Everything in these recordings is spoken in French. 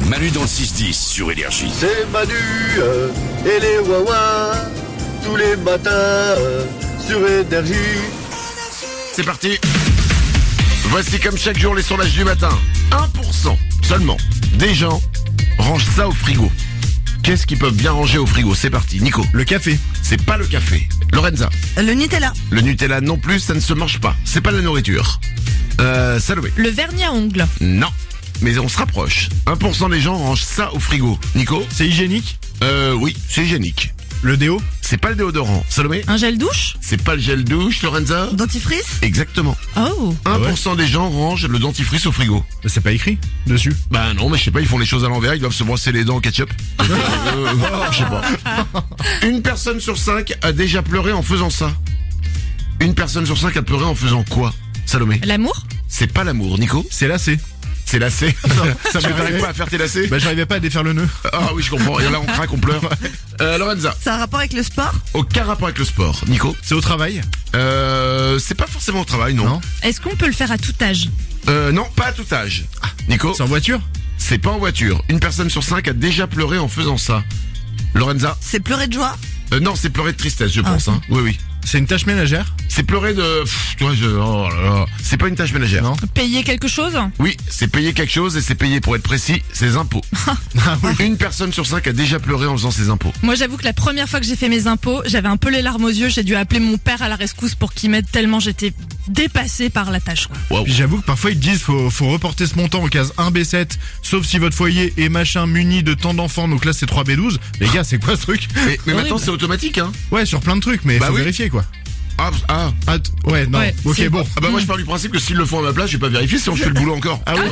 Manu dans le 6-10 sur Énergie. C'est Manu et les Wawa tous les matins sur Énergie. C'est parti. Voici comme chaque jour les sondages du matin. 1% seulement des gens rangent ça au frigo. Qu'est-ce qu'ils peuvent bien ranger au frigo? C'est parti. Nico. Le café. C'est pas le café. Lorenza. Le Nutella. Le Nutella non plus, ça ne se mange pas. C'est pas la nourriture. Salomé. Le vernis à ongles. Non. Mais on se rapproche. 1% des gens rangent ça au frigo. Nico. C'est hygiénique. Oui, c'est hygiénique. Le déo. C'est pas le déodorant. Salomé. Un gel douche. C'est pas le gel douche. Lorenza. Dentifrice. Exactement. Oh. 1% des gens rangent le dentifrice au frigo. C'est pas écrit dessus. Bah non, mais je sais pas, ils font les choses à l'envers, ils doivent se brosser les dents au ketchup. Je sais pas. Une personne sur 5 a déjà pleuré en faisant ça. Une personne sur 5 a pleuré en faisant quoi? Salomé. L'amour. C'est pas l'amour. Nico. C'est lacet. C'est lacet. Ça Tu m'est t'arrives arrivé. pas à faire tes lacets? Bah j'arrivais pas à défaire le nœud. Ah oui, je comprends. Et là, on craque, on pleure. Lorenza. C'est un rapport avec le sport. Aucun rapport avec le sport. Nico. C'est au travail. C'est pas forcément au travail, non. Non. Est-ce qu'on peut le faire à tout âge? Non, pas à tout âge. Nico. C'est en voiture. C'est pas en voiture. Une personne sur 5 a déjà pleuré en faisant ça. Lorenza. C'est pleurer de joie. Non, c'est pleurer de tristesse, je pense. Hein. Oui, oui. C'est une tâche ménagère. C'est pleurer de... oh là là. C'est pas une tâche ménagère. Non. Payer quelque chose? Oui, c'est payer quelque chose et c'est payer, pour être précis, ses impôts. Une personne sur 5 a déjà pleuré en faisant ses impôts. Moi j'avoue que la première fois que j'ai fait mes impôts, j'avais un peu les larmes aux yeux, j'ai dû appeler mon père à la rescousse pour qu'il m'aide tellement j'étais dépassée par la tâche, quoi. Wow. Puis j'avoue que parfois ils te disent faut reporter ce montant en case 1B7, sauf si votre foyer est machin muni de tant d'enfants, donc là c'est 3B12. Les gars, c'est quoi ce truc? Mais maintenant Horrible. c'est automatique, hein. Ouais, sur plein de trucs, mais Bah faut oui. vérifier quoi. Ah. Ouais, non. Ouais, Ok, c'est- bon. Ah bah moi je pars du principe que s'ils le font à ma place, je vais pas vérifier si on fait le boulot encore. Ah oui.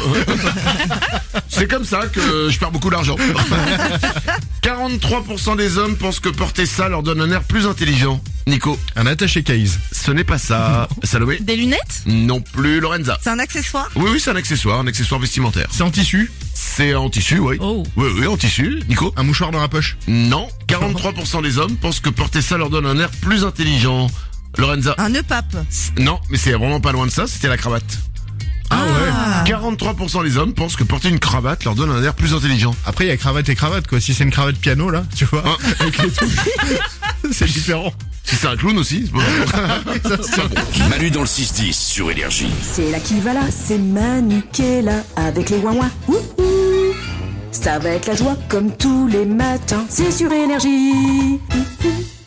C'est comme ça que je perds beaucoup d'argent. 43% des hommes pensent que porter ça leur donne un air plus intelligent. Nico. Un attaché case. Ce n'est pas ça. Salomé. Des lunettes? Non plus. Lorenza. C'est un accessoire. Oui, c'est un accessoire vestimentaire. C'est en tissu. C'est en tissu, oui. Oh. Oui, en tissu. Nico. Un mouchoir dans la poche. Non. 43% des hommes pensent que porter ça leur donne un air plus intelligent. Lorenza. Un nœud pape. Non, mais c'est vraiment pas loin de ça, c'était la cravate. Ah ouais. 43% des hommes pensent que porter une cravate leur donne un air plus intelligent. Après il y a cravate et cravate quoi. Si c'est une cravate piano là, tu vois, Hein avec les touches, c'est différent. Si c'est un clown aussi, c'est pas Manu dans le 6-10 sur Énergie. C'est là qui va là, c'est Manu qui est là avec les ouin-ouin. Wouhou. Ça va être la joie comme tous les matins, c'est sur Énergie.